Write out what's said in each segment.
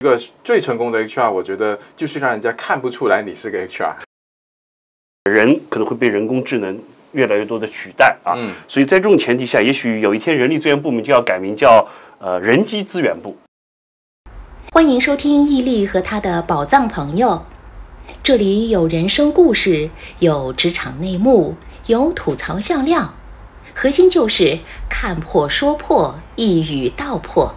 一个最成功的 HR， 我觉得就是让人家看不出来你是个 HR。 人可能会被人工智能越来越多的取代啊，所以在这种前提下，也许有一天人力资源部门就要改名叫人机资源部。 欢迎收听毅力和他的宝藏朋友，这里有人生故事，有职场内幕，有吐槽笑料，核心就是看破说破，一语道破。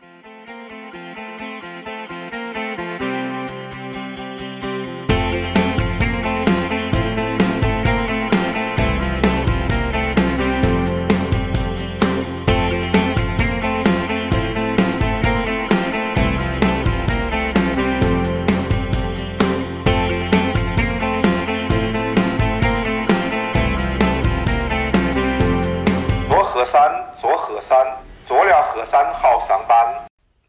做核酸，做了核酸好上班。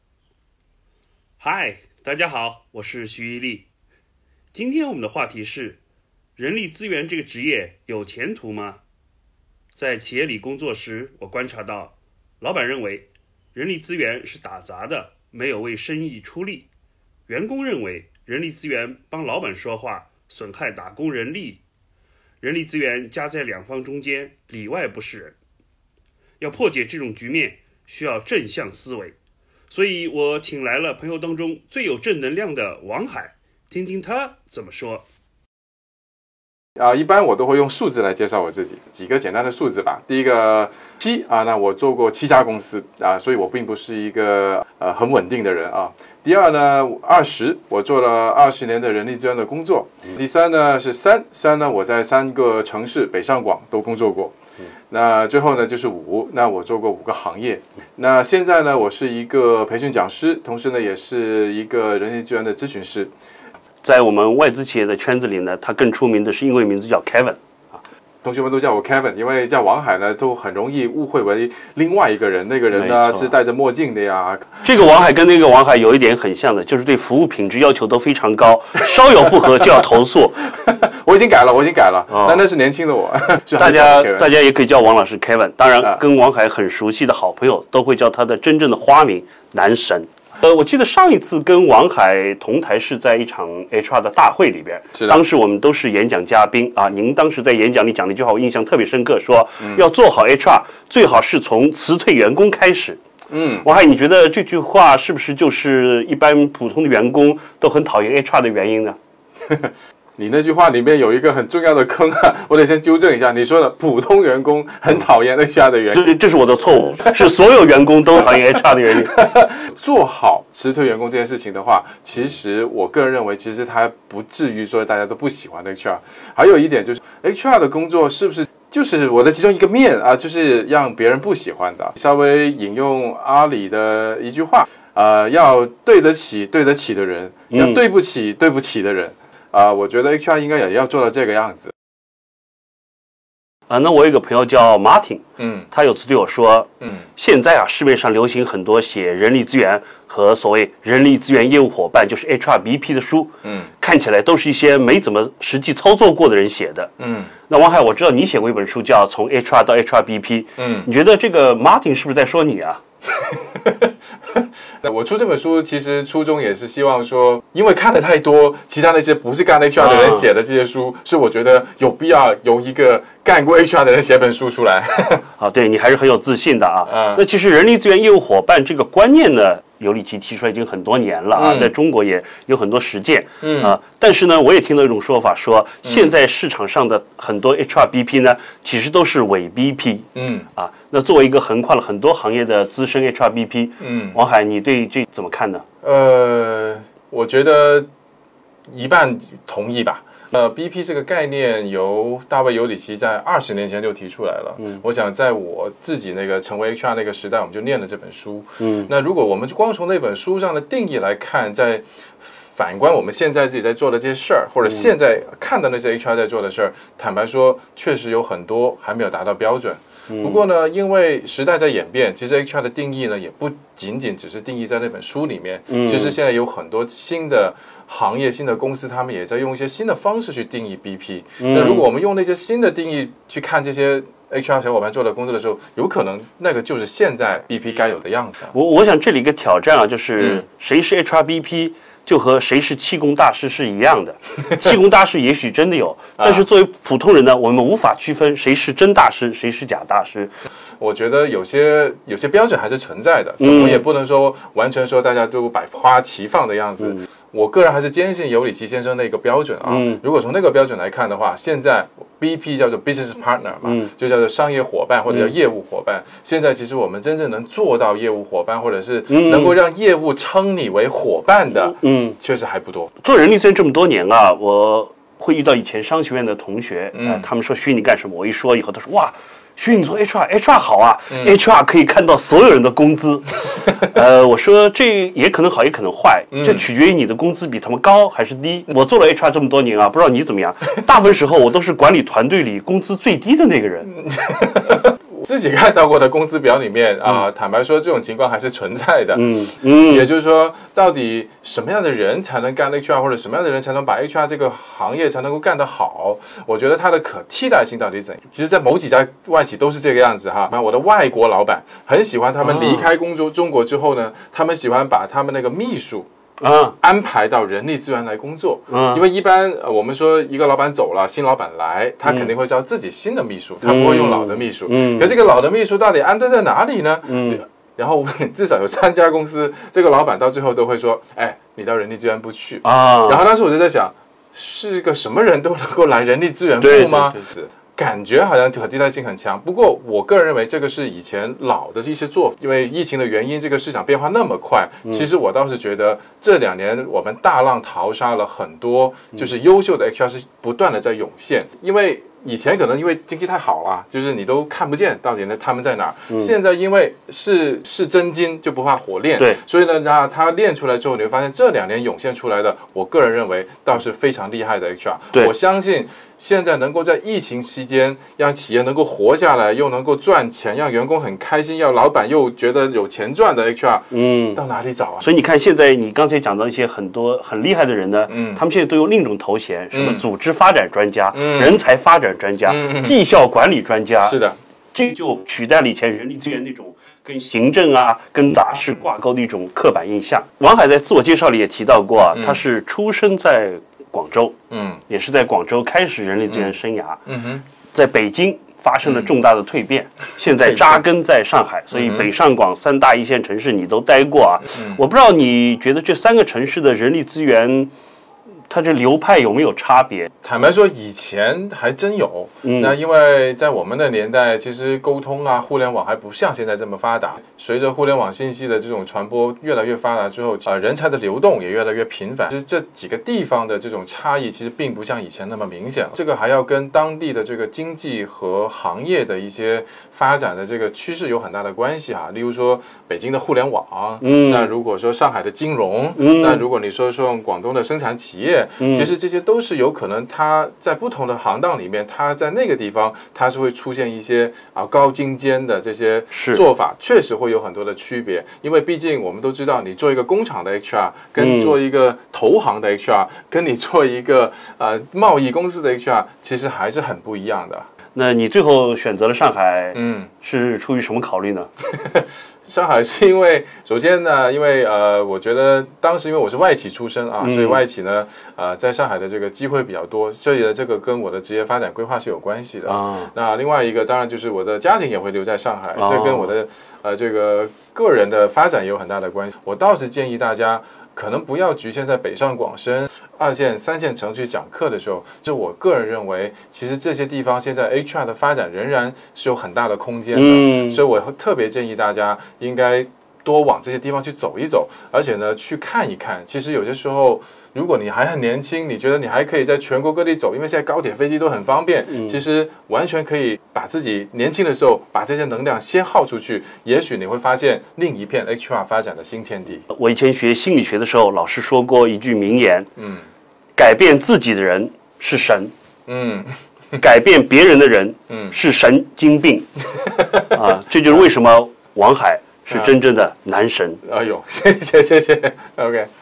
嗨，大家好，我是徐一力。今天我们的话题是：人力资源这个职业有前途吗？在企业里工作时，我观察到，老板认为人力资源是打杂的，没有为生意出力；员工认为人力资源帮老板说话，损害打工人力。人力资源夹在两方中间，里外不是人。要破解这种局面，需要正向思维，所以我请来了朋友当中最有正能量的王海，听听他怎么说。 一般我都会用数字来介绍我自己，几个简单的数字吧。第一个7那我做过7家公司所以我并不是一个很稳定的人啊。第二呢20，我做了20年的人力资源的工作。第三呢是3呢我在3个城市北上广都工作过。那最后呢就是5，那我做过5个行业。那现在呢我是一个培训讲师，同时呢也是一个人力资源的咨询师。 在我们外资企业的圈子里呢，他更出名的是英文名字叫 Kevin 同学们都叫我 Kevin， 因为叫王海呢都很容易误会为另外一个人，那个人呢是戴着墨镜的呀。 这个王海跟那个王海有一点很像的，就是对服务品质要求都非常高，稍有不合就要投诉。 我已经改了，那是年轻的我。 大家也可以叫王老师 Kevin， 当然跟王海很熟悉的好朋友都会叫他的真正的花名男神。我记得上一次跟王海同台是在一场 HR 的大会里边，当时我们都是演讲嘉宾您当时在演讲里讲了一句话，我印象特别深刻，说要做好 HR， 最好是从辞退员工开始。王海，你觉得这句话是不是就是一般普通的员工都很讨厌 HR 的原因呢？ 你那句话里面有一个很重要的坑我得先纠正一下。你说的普通员工很讨厌 HR 的原因， 这是我的错误，是所有员工都讨厌 HR 的原因。 做好辞退员工这件事情的话，其实我个人认为，其实它不至于说大家都不喜欢 HR。还有一点就是 HR 的工作是不是就是我的其中一个面就是让别人不喜欢的。稍微引用阿里的一句话要对得起的人，要对不起的人。我觉得 HR 应该也要做到这个样子。 那我有一个朋友叫 Martin， 他有次对我说，现在市面上流行很多写人力资源和所谓人力资源业务伙伴，就是 HRBP 的书，看起来都是一些没怎么实际操作过的人写的。那王海，我知道你写过一本书叫《从 HR 到 HRBP》，你觉得这个 Martin 是不是在说你啊？ 那我出这本书其实初衷也是希望说，因为看了太多其他那些不是干 HR 的人写的这些书，所以我觉得有必要由一个干过 HR 的人写本书出来。 对，你还是很有自信的那其实人力资源业务伙伴这个观念呢，刘立奇提出来已经很多年了在中国也有很多实践但是呢，我也听到一种说法说，现在市场上的很多 HRBP 呢，其实都是伪 BP。那作为一个横跨了很多行业的资深 HRBP，王海，你对这怎么看呢？ 我觉得一半同意吧。BP 这个概念由大卫尤里奇在20年前就提出来了。我想在我自己那个成为 HR 那个时代，我们就念了这本书。那如果我们光从那本书上的定义来看，在反观我们现在自己在做的这些事儿，或者现在看的那些 HR 在做的事儿，坦白说，确实有很多还没有达到标准。不过呢，因为时代在演变，其实 HR 的定义呢，也不仅仅只是定义在那本书里面。其实现在有很多新的行业、新的公司，他们也在用一些新的方式去定义 BP。那如果我们用那些新的定义去看这些 HR 小伙伴做了工作的时候，有可能那个就是现在 BP 该有的样子。 我想这里一个挑战啊，就是谁是 HRBP，就和谁是气功大师是一样的。气功大师也许真的有，但是作为普通人呢，我们无法区分谁是真大师，谁是假大师。 我觉得有些标准还是存在的，我们也不能说完全说大家都百花齐放的样子。我个人还是坚信尤里奇先生那个标准啊。如果从那个标准来看的话，现在 BP 叫做 business partner 嘛，就叫做商业伙伴或者叫业务伙伴。现在其实我们真正能做到业务伙伴，或者是能够让业务称你为伙伴的，确实还不多。 做人力资源这么多年啊，我会遇到以前商学院的同学，他们说徐你干什么？我一说以后，他说哇。徐你做 HR 好啊，HR 可以看到所有人的工资。我说这也可能好，也可能坏，这取决于你的工资比他们高还是低。我做了 HR 这么多年啊，不知道你怎么样。大部分时候我都是管理团队里工资最低的那个人。 自己看到过的工资表里面坦白说，这种情况还是存在的。也就是说，到底什么样的人才能干 HR， 或者什么样的人才能把 HR 这个行业才能够干得好？我觉得它的可替代性到底怎样？其实，在某几家外企都是这个样子哈。我的外国老板很喜欢他们离开中国之后呢，他们喜欢把他们那个秘书。安排到人力资源来工作，因为一般我们说一个老板走了，新老板来，他肯定会招自己新的秘书，他不会用老的秘书。可这个老的秘书到底安顿在哪里呢？然后至少有3家公司，这个老板到最后都会说：“哎，你到人力资源部去。”然后当时我就在想，是个什么人都能够来人力资源部吗？感觉好像可替代性很强，不过我个人认为这个是以前老的一些做法，因为疫情的原因，这个市场变化那么快。其实我倒是觉得这2年我们大浪淘沙了很多，就是优秀的 HR 是不断的在涌现，因为以前可能因为经济太好了，就是你都看不见到底他们在哪儿。现在因为是真金就不怕火炼， 对， 所以呢，让它炼出来之后，你会发现这2年涌现出来的，我个人认为倒是非常厉害的 HR。我相信现在能够在疫情期间让企业能够活下来，又能够赚钱，让员工很开心，要老板又觉得有钱赚的 HR，到哪里找啊？ 所以你看，现在你刚才讲到一些很多很厉害的人呢，他们现在都有另一种头衔，什么组织发展专家、人才发展专家、绩效管理专家。 是的， 这就取代了以前人力资源那种跟行政啊、跟杂事挂钩的一种刻板印象。王海在自我介绍里也提到过啊，他是出生在广州，也是在广州开始人力资源生涯，在北京发生了重大的蜕变，现在扎根在上海，所以北上广3大1线城市你都待过啊。我不知道你觉得这3个城市的人力资源，它这流派有没有差别？ 坦白说，以前还真有。那因为在我们的年代，其实沟通啊、互联网还不像现在这么发达。随着互联网信息的这种传播越来越发达之后，人才的流动也越来越频繁。其实这几个地方的这种差异，其实并不像以前那么明显了。这个还要跟当地的这个经济和行业的一些发展的这个趋势有很大的关系哈。例如说北京的互联网，那如果说上海的金融，那如果你说广东的生产企业。其实这些都是有可能，它在不同的行当里面，它在那个地方，它是会出现一些高精尖的这些做法，确实会有很多的区别。因为毕竟我们都知道，你做一个工厂的 HR，跟做一个投行的 HR，跟你做一个贸易公司的 HR，其实还是很不一样的。 那你最后选择了上海，是出于什么考虑呢？ 上海是因为，首先呢，因为我觉得当时因为我是外企出身啊，所以外企呢，在上海的这个机会比较多，所以呢，这个跟我的职业发展规划是有关系的。那另外一个当然就是我的家庭也会留在上海，这跟我的这个个人的发展也有很大的关系。我倒是建议大家，可能不要局限在北上广深2线、3线城去讲课的时候，就我个人认为，其实这些地方现在 HR 的发展仍然是有很大的空间的，所以我特别建议大家应该多往这些地方去走一走，而且呢去看一看。其实有些时候，如果你还很年轻，你觉得你还可以在全国各地走，因为现在高铁、飞机都很方便，其实完全可以把自己年轻的时候把这些能量先耗出去，也许你会发现另一片 HR 发展的新天地。 我以前学心理学的时候，老师说过一句名言，改变自己的人是神，改变别人的人是神经病，这就是为什么王海是真正的男神。 哎呦，谢谢 ，OK。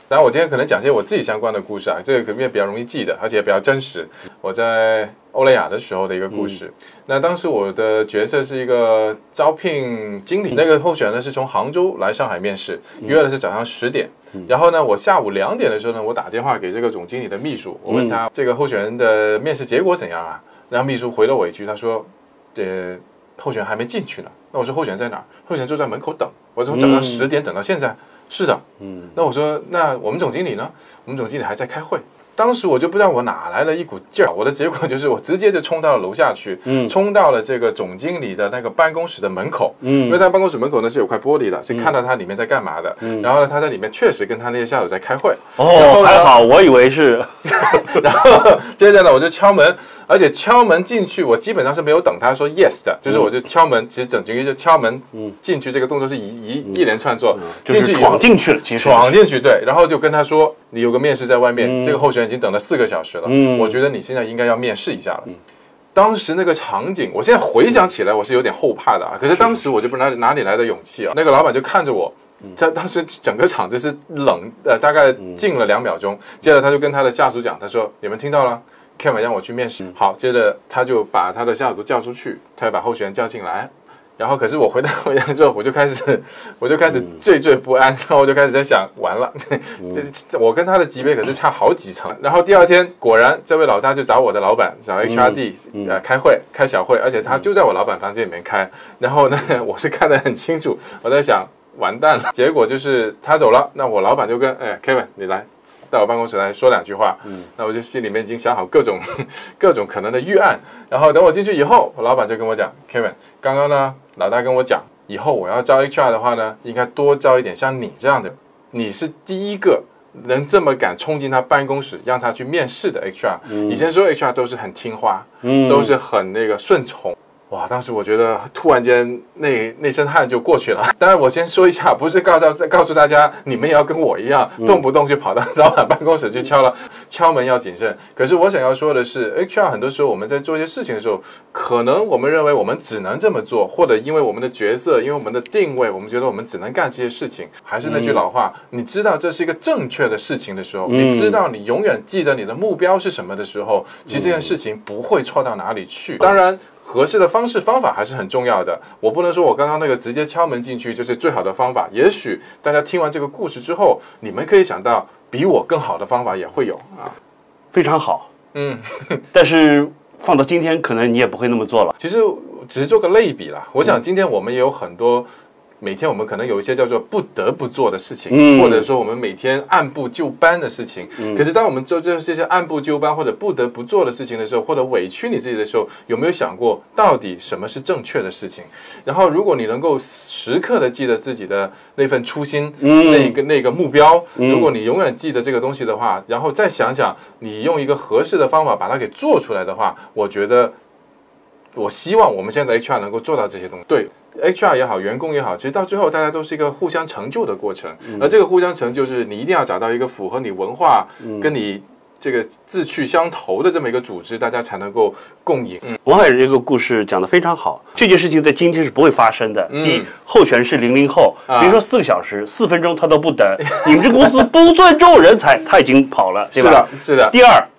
当然，我今天可能讲些我自己相关的故事啊，这个可能也比较容易记的，而且也比较真实。我在欧莱雅的时候的一个故事。那当时我的角色是一个招聘经理，那个候选人呢是从杭州来上海面试，约的是早上10点。然后呢，我下午2点的时候呢，我打电话给这个总经理的秘书，我问他这个候选人的面试结果怎样啊？然后秘书回了我一句，他说，候选人还没进去呢。那我说候选人在哪儿？候选人就在门口等。我从早上10点等到现在。是的，那我说，那我们总经理呢？我们总经理还在开会。当时我就不知道我哪来了一股劲儿，我的结果就是我直接就冲到了楼下去，冲到了这个总经理的那个办公室的门口，因为他办公室门口呢是有块玻璃的，是看到他里面在干嘛的。然后呢，他在里面确实跟他那些下属在开会。 哦，还好，我以为是。 然后接着呢，我就敲门，而且敲门进去，我基本上是没有等他说 yes 的，就是我就敲门，其实整局就敲门进去这个动作是一连串做， 就是闯进去了，其实闯进去对，然后就跟他说你有个面试在外面，这个候选人已经等了4个小时了，我觉得你现在应该要面试一下了。当时那个场景，我现在回想起来我是有点后怕的啊，可是当时我就不知道哪里来的勇气啊。那个老板就看着我，他当时整个场子是冷，大概静了2秒钟，接着他就跟他的下属讲，他说你们听到了，Kevin 让我去面试。好，接着他就把他的下属叫出去，他就把候选人叫进来。然后可是我回到之后，我就开始惴不安，然后我就开始在想，完了，我跟他的级别可是差好几层。然后第2天，果然这位老大就找我的老板，找 HRD 开小会，而且他就在我老板房间里面开。然后呢，我是看得很清楚，我在想，完蛋了。结果就是他走了，那我老板就跟Kevin 你来。到我办公室来说2句话，那我就心里面已经想好各种可能的预案，然后等我进去以后，我老板就跟我讲 ，Kevin， 刚刚呢，老大跟我讲，以后我要招 HR 的话呢，应该多招一点像你这样的，你是第一个能这么敢冲进他办公室让他去面试的 HR，以前说 HR 都是很听话，都是很那个顺从。哇！当时我觉得突然间那身汗就过去了。当然，我先说一下，不是告诉大家你们也要跟我一样，动不动就跑到老板办公室去敲门要谨慎。可是我想要说的是 ，HR 很多时候我们在做一些事情的时候，可能我们认为我们只能这么做，或者因为我们的角色，因为我们的定位，我们觉得我们只能干这些事情。还是那句老话，你知道这是一个正确的事情的时候，你知道你永远记得你的目标是什么的时候，其实这件事情不会错到哪里去。当然。合适的方法还是很重要的。我不能说我刚刚那个直接敲门进去就是最好的方法。也许大家听完这个故事之后，你们可以想到比我更好的方法也会有啊。 非常好，但是放到今天，可能你也不会那么做了。 其实只是做个类比啦。我想今天我们也有很多。每天我们可能有一些叫做不得不做的事情，或者说我们每天按部就班的事情。可是当我们做这些按部就班或者不得不做的事情的时候，或者委屈你自己的时候，有没有想过到底什么是正确的事情？然后如果你能够时刻的记得自己的那份初心，那个目标，如果你永远记得这个东西的话，然后再想想你用一个合适的方法把它给做出来的话，我希望我们现在 HR 能够做到这些东西。对。HR 也好，员工也好，其实到最后大家都是一个互相成就的过程，而这个互相成就是你一定要找到一个符合你文化跟你这个志趣相投的这么一个组织，大家才能够共赢。 王海这个故事讲得非常好，这件事情在今天是不会发生的。第一，候选人是00后，比如说4个小时4分钟他都不等，你们这公司不尊重人才，他已经跑了，对吧？ 是的。 第二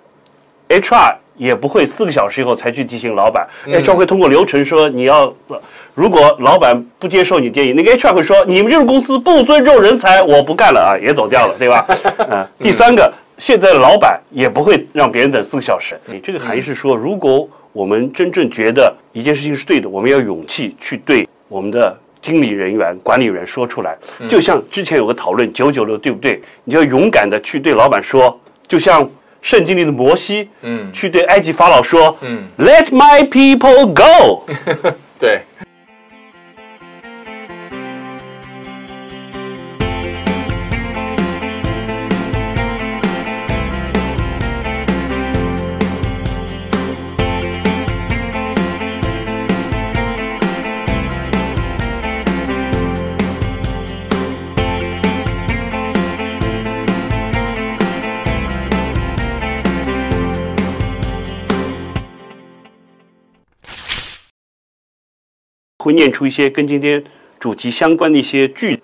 ，HR 也不会4个小时以后才去提醒老板，HR 会通过流程说你要。如果老板不接受你建议，那个 HR 会说你们这个公司不尊重人才，我不干了啊，也走掉了，对吧？第三个，现在的老板也不会让别人等4个小时。这个含义是说，如果我们真正觉得一件事情是对的，我们要有勇气去对我们的经理人员、管理员说出来。就像之前有个讨论996，对不对？你就要勇敢的去对老板说，就像圣经里的摩西，去对埃及法老说，Let my people go 。 对。 会念出一些跟今天主题相关的一些句。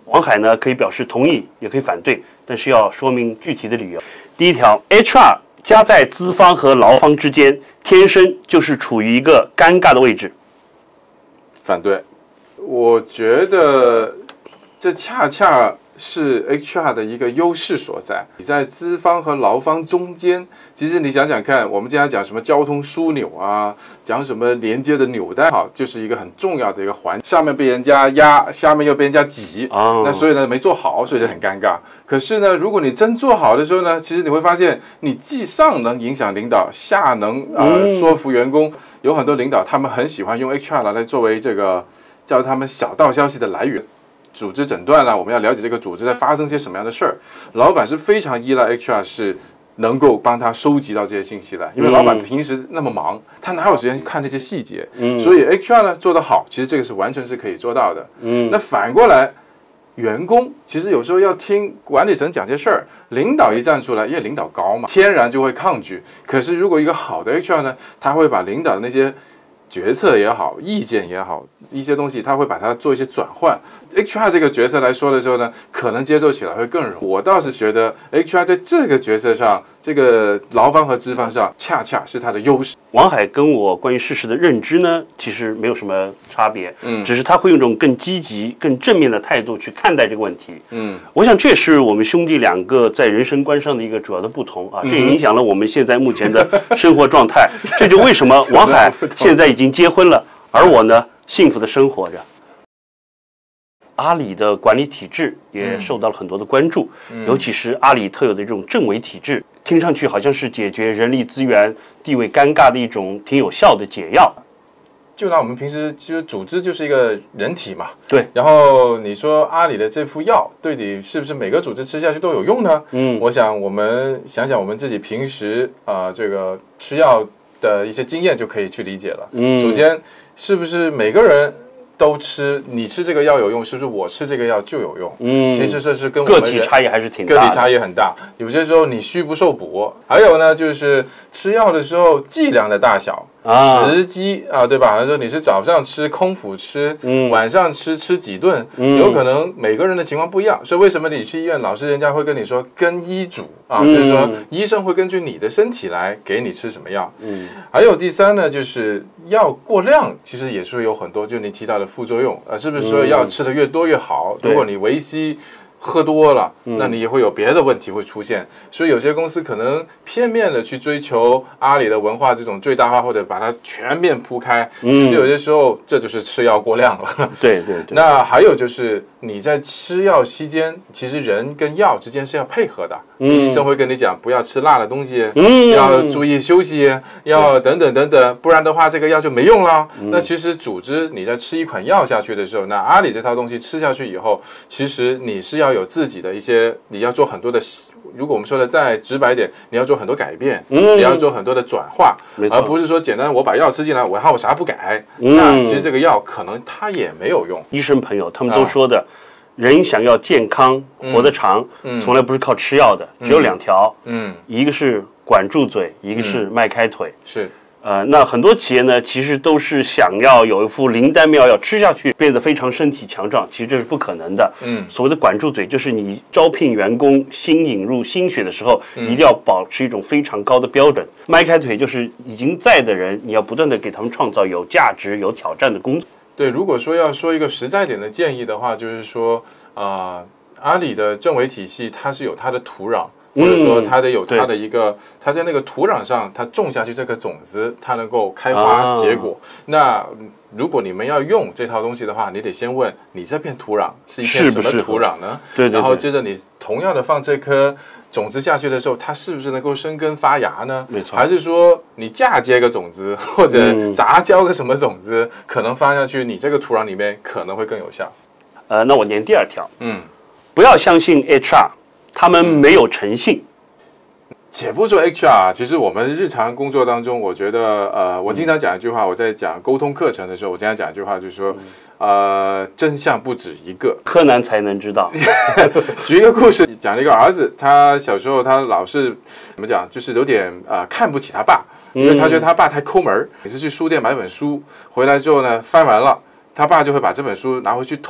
王海呢可以表示同意，也可以反对，但是要说明具体的理由。第一条 ，HR 夹在资方和劳方之间，天生就是处于一个尴尬的位置。 反对，我觉得这恰恰是 HR 的一个优势所在。你在资方和劳方中间，其实你想想看，我们经常讲什么交通枢纽啊，讲什么连接的纽带，好，就是一个很重要的一个环，上面被人家压，下面又被人家挤，那所以呢没做好，所以就很尴尬。可是呢，如果你真做好的时候呢，其实你会发现，你既上能影响领导，下能说服员工。有很多领导他们很喜欢用 HR 来作为这个叫他们小道消息的来源。组织诊断啦，我们要了解这个组织在发生些什么样的事儿。老板是非常依赖 HR 是能够帮他收集到这些信息来，因为老板平时那么忙，他哪有时间看这些细节？所以 HR 呢做得好，其实这个是完全是可以做到的。那反过来，员工其实有时候要听管理层讲些事儿，领导一站出来，因为领导高嘛，天然就会抗拒。可是如果一个好的 HR 呢，他会把领导的那些决策也好，意见也好，一些东西他会把它做一些转换。HR 这个角色来说的时候呢，可能接受起来会更容易。我倒是觉得 HR 在这个角色上，这个劳方和资方上，恰恰是他的优势。 王海跟我关于事实的认知呢，其实没有什么差别，只是他会用一种更积极、更正面的态度去看待这个问题。我想这也是我们兄弟两个在人生观上的一个主要的不同啊，这也影响了我们现在目前的生活状态。这就为什么王海现在已经结婚了，而我呢，幸福的生活着。阿里的管理体制也受到了很多的关注，尤其是阿里特有的这种政委体制，听上去好像是解决人力资源地位尴尬的一种挺有效的解药。 就拿我们平时其实组织就是一个人体嘛， 对。 然后你说阿里的这副药，对你是不是每个组织吃下去都有用呢？我想我们想想我们自己平时这个吃药的一些经验就可以去理解了。首先是不是每个人都吃，你吃这个药有用，是不是我吃这个药就有用？其实这是跟我们个体差异还是挺大的， 个体差异很大。有些时候你虚不受补，还有呢，就是吃药的时候剂量的大小。时机对吧？好像说你是早上吃空腹吃，晚上吃几顿，有可能每个人的情况不一样。所以为什么你去医院，老是人家会跟你说跟医嘱就是说医生会根据你的身体来给你吃什么药。还有第三呢，就是药过量，其实也是会有很多，就你提到的副作用是不是说药吃的越多越好？如果你维 C喝多了，那你也会有别的问题会出现。所以有些公司可能片面的去追求阿里的文化这种最大化，或者把它全面铺开。其实有些时候这就是吃药过量了。 对。 那还有就是你在吃药期间，其实人跟药之间是要配合的。医生会跟你讲不要吃辣的东西，要注意休息，要等等，不然的话这个药就没用了。那其实组织你在吃一款药下去的时候，那阿里这套东西吃下去以后，其实你是要有自己的一些，你要做很多的，如果我们说的再直白一点，你要做很多改变，你要做很多的转化，而不是说简单我把药吃进来，我啥不改，那其实这个药可能它也没有用。 医生朋友他们都说的，人想要健康活得长，从来不是靠吃药的，只有两条，一个是管住嘴，一个是迈开腿。 是。 那很多企业呢，其实都是想要有一副灵丹妙药吃下去，变得非常身体强壮，其实这是不可能的。所谓的管住嘴，就是你招聘员工、新引入新血的时候，一定要保持一种非常高的标准。迈开腿就是已经在的人，你要不断的给他们创造有价值、有挑战的工作。 对，如果说要说一个实在点的建议的话，就是说阿里的政委体系它是有它的土壤。或者说它得有它的一个，它在那个土壤上，它种下去这颗种子，它能够开花结果。那如果你们要用这套东西的话，你得先问你这片土壤是一片什么土壤呢？ 对。 然后接着你同样的放这颗种子下去的时候，它是不是能够生根发芽呢？ 没错。 还是说你嫁接个种子，或者杂交个什么种子，可能放下去你这个土壤里面可能会更有效。 那我念第二条，不要相信 HR。他们没有诚信。 且不说 HR， 其实我们日常工作当中，我觉得我经常讲一句话，我在讲沟通课程的时候，我经常讲一句话，就是说真相不止一个， 柯南才能知道。 举一个故事，讲了一个儿子，他小时候他老是怎么讲，就是有点看不起他爸，因为他觉得他爸太抠门，每次去书店买本书回来之后呢，翻完了。他爸就会把这本书拿回去退，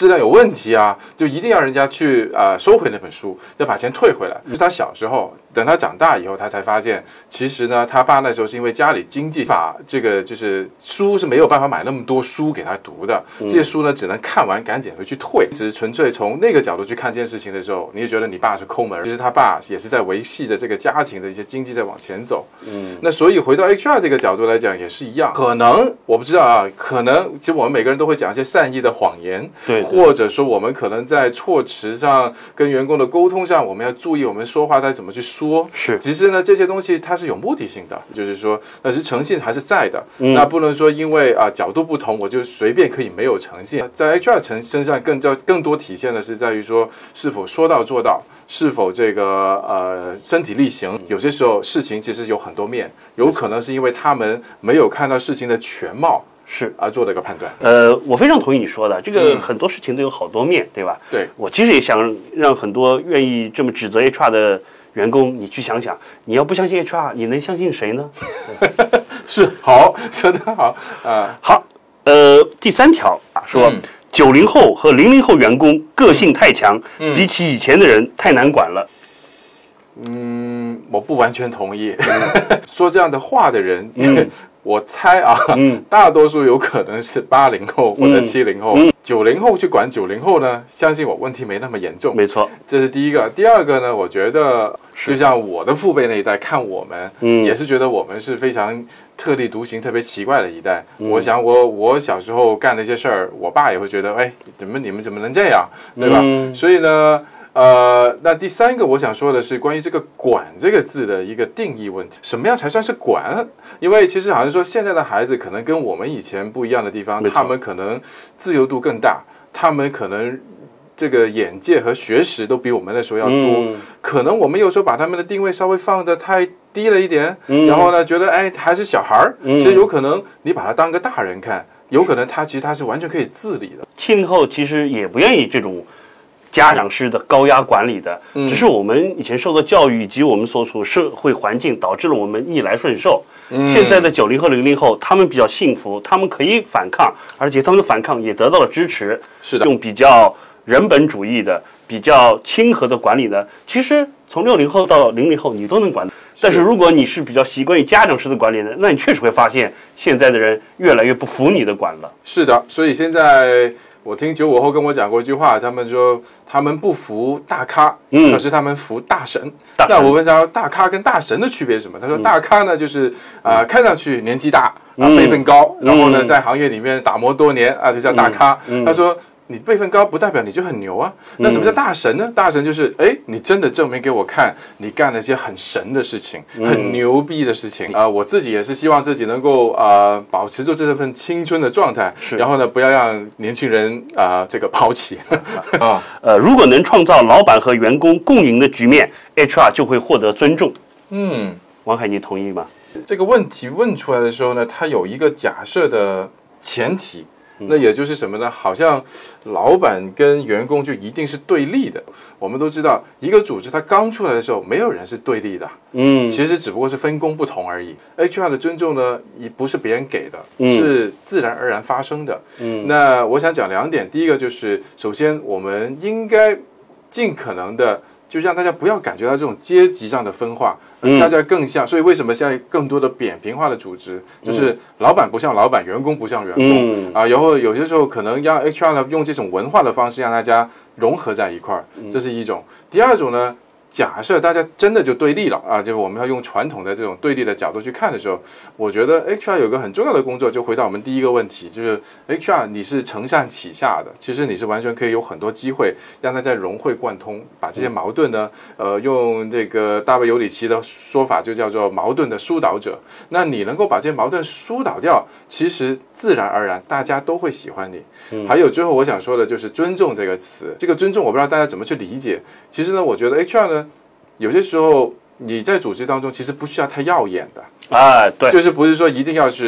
质量有问题啊，就一定要人家去收回那本书，要把钱退回来。他小时候，等他长大以后，他才发现，其实呢，他爸那时候是因为家里经济这个就是书是没有办法买那么多书给他读的，这些书呢只能看完赶紧回去退。只是纯粹从那个角度去看这件事情的时候，你也觉得你爸是抠门，其实他爸也是在维系着这个家庭的一些经济在往前走。那所以回到 HR 这个角度来讲也是一样，可能我不知道啊，可能其实我们每个人都会讲一些善意的谎言， 对， 或者说我们可能在措辞上跟员工的沟通上，我们要注意我们说话该怎么去说。 是， 其实呢，这些东西它是有目的性的，就是说那是诚信还是在的，那不能说因为角度不同，我就随便可以没有诚信。在 HR 身上更多体现的是在于说是否说到做到，是否这个身体力行。有些时候事情其实有很多面，有可能是因为他们没有看到事情的全貌。 是做了一个判断。 我非常同意你说的，这个很多事情都有好多面，对吧？ 对， 我其实也想让很多愿意这么指责 HR 的员工，你去想想，你要不相信 HR， 你能相信谁呢？ 是，好，说得好啊。 好，第3条说，90后和00后员工个性太强，比起以前的人太难管了。 我不完全同意。说这样的话的人，我猜啊，大多数有可能是80后或者70后，90后去管90后呢，相信我，问题没那么严重。 没错， 这是第一个。第二个呢，我觉得就像我的父辈那一代看我们，也是觉得我们是非常特立独行、特别奇怪的一代。我想我小时候干的一些事儿，我爸也会觉得，哎，你们怎么能这样，对吧？所以呢。那第3个我想说的是关于这个“管”这个字的一个定义问题，什么样才算是管？因为其实好像说现在的孩子可能跟我们以前不一样的地方，他们可能自由度更大，他们可能这个眼界和学识都比我们那时候要多，可能我们有时候把他们的定位稍微放得太低了一点，然后呢觉得哎还是小孩儿，其实有可能你把他当个大人看，有可能他其实他是完全可以自理的。 70后其实也不愿意这种家长式的高压管理的，只是我们以前受的教育以及我们所处社会环境导致了我们逆来顺受。现在的90后、00后，他们比较幸福，他们可以反抗，而且他们的反抗也得到了支持。 是的， 用比较人本主义的、比较亲和的管理呢，其实从60后到00后你都能管。但是如果你是比较习惯于家长式的管理呢，那你确实会发现现在的人越来越不服你的管了。 是的，所以现在。我听95后跟我讲过一句话，他们说他们不服大咖，可是他们服大神。那我问他大咖跟大神的区别是什么？他说大咖呢就是看上去年纪大辈分高，然后呢在行业里面打磨多年就叫大咖。他说你辈分高不代表你就很牛啊。那什么叫大神呢？大神就是你真的证明给我看，你干了一些很神的事情，很牛逼的事情我自己也是希望自己能够保持住这份青春的状态，然后呢不要让年轻人这个抛弃如果能创造老板和员工共赢的局面 ，HR 就会获得尊重。王海，你同意吗？ 这个问题问出来的时候呢，它有一个假设的前提。那也就是什么呢？好像老板跟员工就一定是对立的。我们都知道，一个组织它刚出来的时候，没有人是对立的。其实只不过是分工不同而已。HR 的尊重呢，也不是别人给的，是自然而然发生的。那我想讲2点，第一个就是，首先我们应该尽可能的。就让大家不要感觉到这种阶级上的分化，大家更像。所以为什么现在更多的扁平化的组织，就是老板不像老板，员工不像员工然后有些时候可能让 HR 呢用这种文化的方式让大家融合在一块儿，这是一种。第二种呢，假设大家真的就对立了就是我们要用传统的这种对立的角度去看的时候，我觉得 HR 有个很重要的工作，就回到我们第一个问题，就是 HR 你是承上启下的，其实你是完全可以有很多机会让大家融会贯通，把这些矛盾呢，用这个大卫尤里奇的说法就叫做矛盾的疏导者。那你能够把这些矛盾疏导掉，其实自然而然大家都会喜欢你。还有最后我想说的就是尊重这个词，这个尊重我不知道大家怎么去理解。其实呢，我觉得 HR 呢。有些时候你在组织当中其实不需要太耀眼的对， 就是不是说一定要是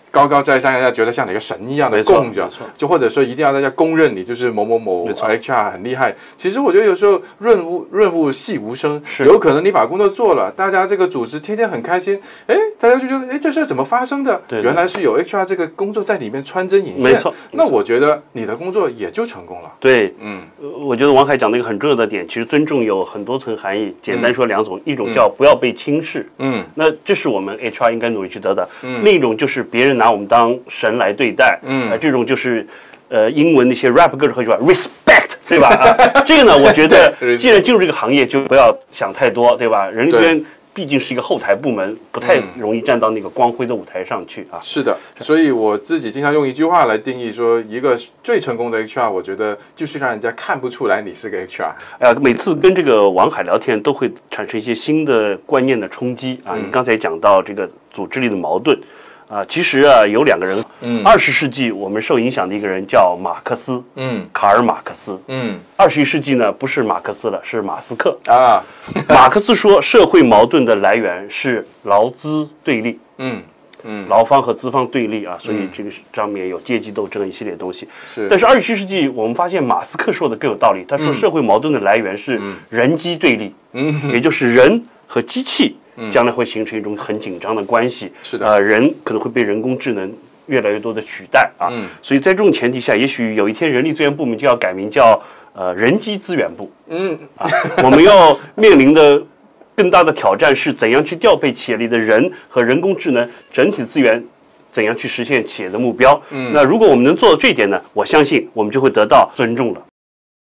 高高在上，大家觉得像哪个神一样的供着，就或者说一定要大家公认你就是某某某 HR 很厉害。其实我觉得有时候润物细无声，有可能你把工作做了，大家这个组织天天很开心，大家就觉得这事怎么发生的？原来是有 HR 这个工作在里面穿针引线。 没错， 那我觉得你的工作也就成功了。 对，我觉得王海讲的一个很重要的点，其实尊重有很多层含义。简单说两种，一种叫不要被轻视，那这是我们 HR 应该努力去得到。另一种就是别人拿我们当神来对待，这种就是英文那些 rap 歌手很喜欢 respect， 对吧？这个呢，我觉得既然进入这个行业，就不要想太多，对吧？人力资源毕竟是一个后台部门，不太容易站到那个光辉的舞台上去啊。 是的，所以我自己经常用一句话来定义说，一个最成功的 HR， 我觉得就是让人家看不出来你是个 HR。 每次跟这个王海聊天，都会产生一些新的观念的冲击啊。你刚才讲到这个组织里的矛盾。其实有两个人，20世纪我们受影响的一个人叫马克思，卡尔马克思，21世纪呢不是马克思了，是马斯克啊。马克思说，社会矛盾的来源是劳资对立，劳方和资方对立啊，所以这个上面有阶级斗争一系列东西。但是21世纪我们发现马斯克说的更有道理，他说社会矛盾的来源是人机对立，也就是人和机器。将来会形成一种很紧张的关系， 是的， 人可能会被人工智能越来越多的取代啊，所以在这种前提下，也许有一天人力资源部门就要改名叫人机资源部，我们要面临的更大的挑战是怎样去调配企业里的人和人工智能整体资源，怎样去实现企业的目标。那如果我们能做到这一点呢，我相信我们就会得到尊重了。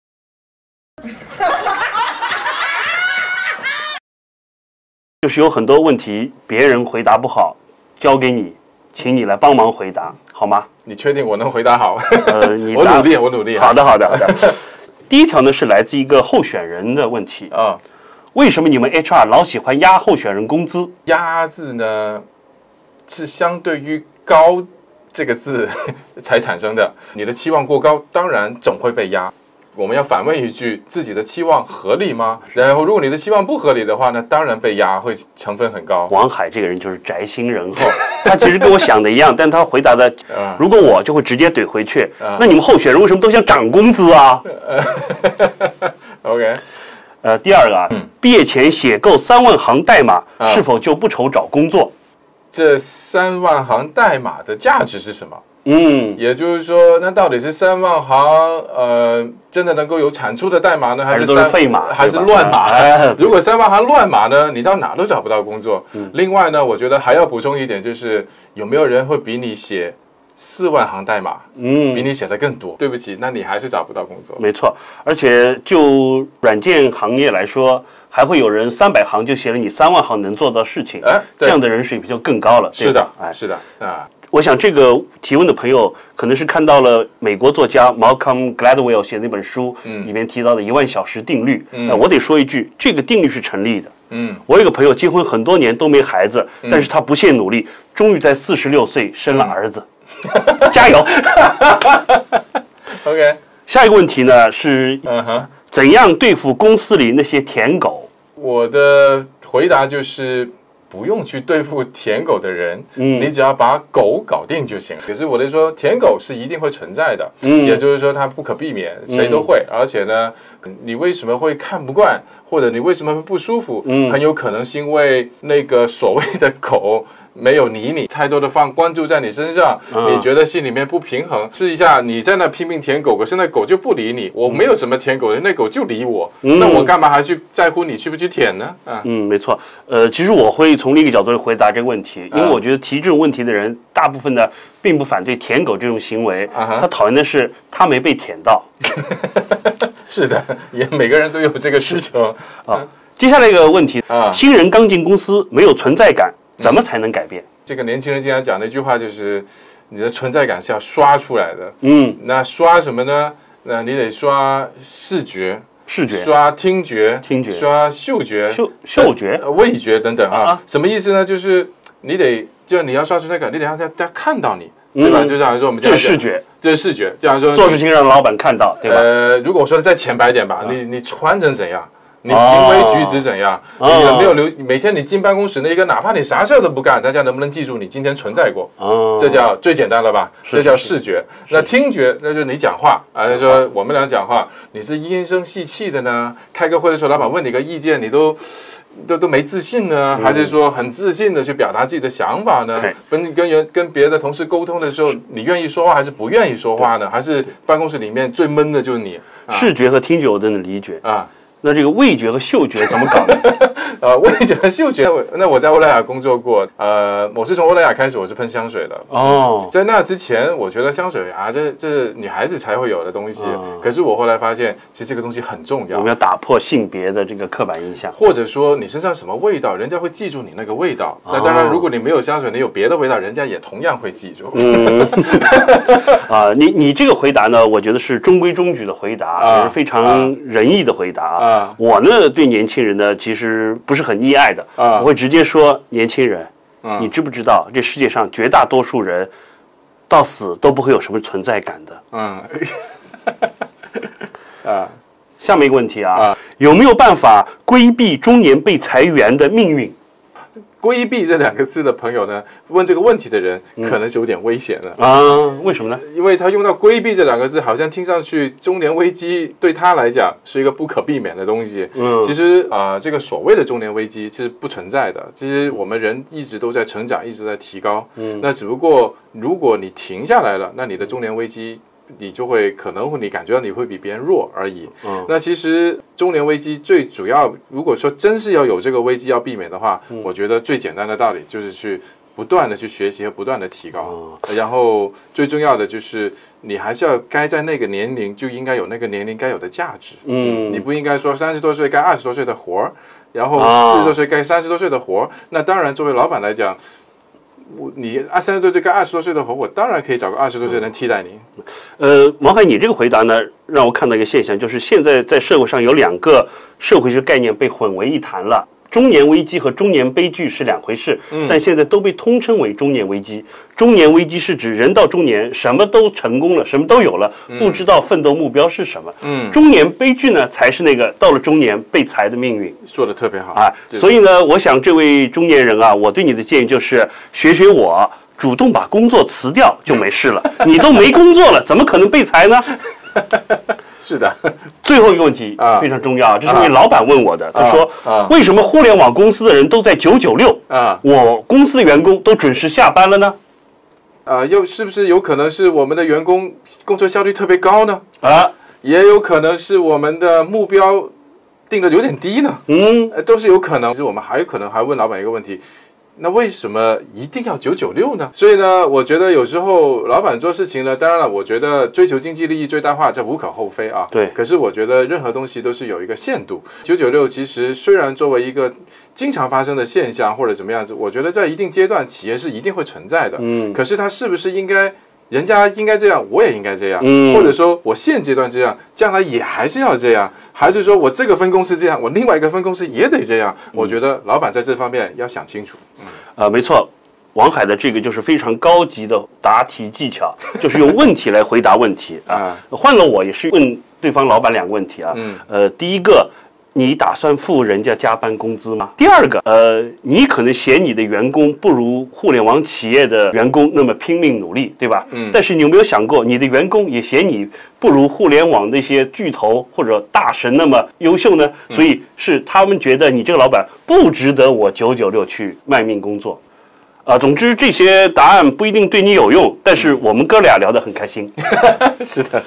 就是有很多问题别人回答不好，交给你，请你来帮忙回答，好吗？ 你确定我能回答好？ 我努力。 好的。第一条呢是来自一个候选人的问题啊，为什么你们 HR 老喜欢压候选人工资？ 压字呢是相对于高这个字才产生的，你的期望过高，当然总会被压。我们要反问一句：自己的期望合理吗？然后，如果你的期望不合理的话呢，当然被压，会成分很高。 王海这个人就是宅心仁厚，他其实跟我想的一样，但他回答的，如果我就会直接怼回去。那你们候选人为什么都想涨工资啊 ？OK， 第二个毕业前写够3万行代码，是否就不愁找工作？ 这3万行代码的价值是什么？也就是说，那到底是3万行真的能够有产出的代码呢，还是都是废码， 还是乱码？如果3万行乱码呢，你到哪都找不到工作。另外呢，我觉得还要补充一点，就是有没有人会比你写4万行代码，比你写的更多？对不起，那你还是找不到工作。 没错，而且就软件行业来说，还会有人300行就写了你3万行能做到事情，这样的人水平就更高了。 是的，是的啊。 我想这个提问的朋友可能是看到了美国作家 Malcolm Gladwell 写的那本书，里面提到的1万小时定律。我得说一句，这个定律是成立的。我有一个朋友结婚很多年都没孩子，但是他不懈努力，终于在46岁生了儿子。加油 ！OK， 下一个问题呢是，怎样对付公司里那些舔狗？ 我的回答就是。不用去对付舔狗的人，你只要把狗搞定就行。可是我得说，舔狗是一定会存在的，也就是说它不可避免，谁都会。而且呢，你为什么会看不惯，或者你为什么会不舒服，很有可能是因为那个所谓的狗没有理你，太多的放关注在你身上，你觉得心里面不平衡。试一下，你在那拼命舔狗，可是那狗就不理你。我没有什么舔狗的，那狗就理我，那我干嘛还去在乎你去不去舔呢？ 没错。其实我会从另一个角度回答这个问题，因为我觉得提这种问题的人，大部分呢并不反对舔狗这种行为，他讨厌的是他没被舔到。 是的，也每个人都有这个需求啊。接下来一个问题新人刚进公司没有存在感。怎么才能改变？ 这个年轻人经常讲的一句话就是，你的存在感是要刷出来的。那刷什么呢？那你得刷视觉，刷听觉，刷嗅觉，味觉等等啊。什么意思呢？就是你要刷存在感，你得让大家看到你，对吧？就像说我们这是视觉， 就像说做事情让老板看到，对吧？ 如果我说的再浅白一点吧，你穿成怎样？ 你行为举止怎样？你有没有每天你进办公室那个，哪怕你啥事儿都不干，大家能不能记住你今天存在过？这叫最简单了吧？这叫视觉。那听觉，那就是你讲话啊，就说我们俩讲话，你是阴声细气的呢？开个会的时候，老板问你个意见，你都没自信呢，还是说很自信的去表达自己的想法呢？跟别的同事沟通的时候，你愿意说话还是不愿意说话呢？还是办公室里面最闷的就是你？ 视觉和听觉我都能理解啊。 那这个味觉和嗅觉怎么搞的？ 味觉和嗅觉，那我在欧莱雅工作过，我是从欧莱雅开始，我是喷香水的。在那之前，我觉得香水啊，这女孩子才会有的东西。可是我后来发现，其实这个东西很重要。 我们要打破性别的这个刻板印象， 或者说你身上什么味道，人家会记住你那个味道。那当然，如果你没有香水，你有别的味道，人家也同样会记住。 你这个回答呢，我觉得是中规中矩的回答，也是非常仁义的回答。我呢对年轻人呢其实不是很溺爱的，我会直接说年轻人，你知不知道这世界上绝大多数人到死都不会有什么存在感的。下面一个问题有没有办法规避中年被裁员的命运？ 规避这2个字的朋友呢，问这个问题的人可能是有点危险的为什么呢？ 因为他用到规避这2个字，好像听上去中年危机对他来讲是一个不可避免的东西。其实这个所谓的中年危机其实不存在的。其实我们人一直都在成长，一直在提高。那只不过如果你停下来了，那你的中年危机你就会可能你感觉到你会比别人弱而已。那其实中年危机最主要，如果说真是要有这个危机要避免的话，我觉得最简单的道理就是去不断的去学习和不断的提高。然后最重要的就是你还是要该在那个年龄就应该有那个年龄该有的价值。你不应该说30多岁干20多岁的活儿，然后40多岁干30多岁的活儿。那当然作为老板来讲，你30多岁跟20多岁的活，我当然可以找个20多岁人替代你。 王海，你这个回答呢，让我看到一个现象，就是现在在社会上有2个社会学概念被混为一谈了。中年危机和中年悲剧是2回事，但现在都被通称为中年危机。中年危机是指人到中年什么都成功了，什么都有了，不知道奋斗目标是什么。中年悲剧呢，才是那个到了中年被裁的命运。 说得特别好所以呢，我想这位中年人我对你的建议就是学我，主动把工作辞掉就没事了。你都没工作了，怎么可能被裁呢？ 是的。 最后一个问题非常重要，这是位老板问我的，他说为什么互联网公司的人都在996我公司的员工都准时下班了呢？ 又是不是有可能是我们的员工工作效率特别高呢？也有可能是我们的目标定的有点低呢？都是有可能。其实我们还有可能还问老板一个问题，那为什么一定要996呢？所以呢，我觉得有时候老板做事情呢，当然了，我觉得追求经济利益最大化这无可厚非对。 可是我觉得任何东西都是有一个限度。996其实虽然作为一个经常发生的现象或者怎么样子，我觉得在一定阶段企业是一定会存在的。可是它是不是应该？人家应该这样，我也应该这样，或者说我现阶段这样，将来也还是要这样，还是说我这个分公司这样，我另外一个分公司也得这样？我觉得老板在这方面要想清楚。 没错，王海的这个就是非常高级的答题技巧，就是用问题来回答问题换了我也是问对方老板2个问题第一个，你打算付人家加班工资吗？第二个，你可能嫌你的员工不如互联网企业的员工那么拼命努力，对吧？但是你有没有想过，你的员工也嫌你不如互联网那些巨头或者大神那么优秀呢？所以是他们觉得你这个老板不值得我996去卖命工作。总之这些答案不一定对你有用，但是我们哥俩聊得很开心。 是的。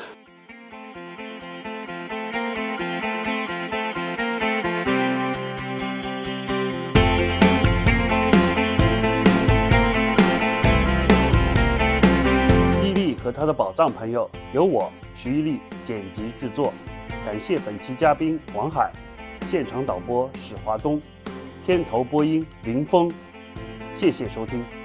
和他的宝藏朋友由我徐一力剪辑制作，感谢本期嘉宾王海，现场导播史华东，片头播音林峰，谢谢收听。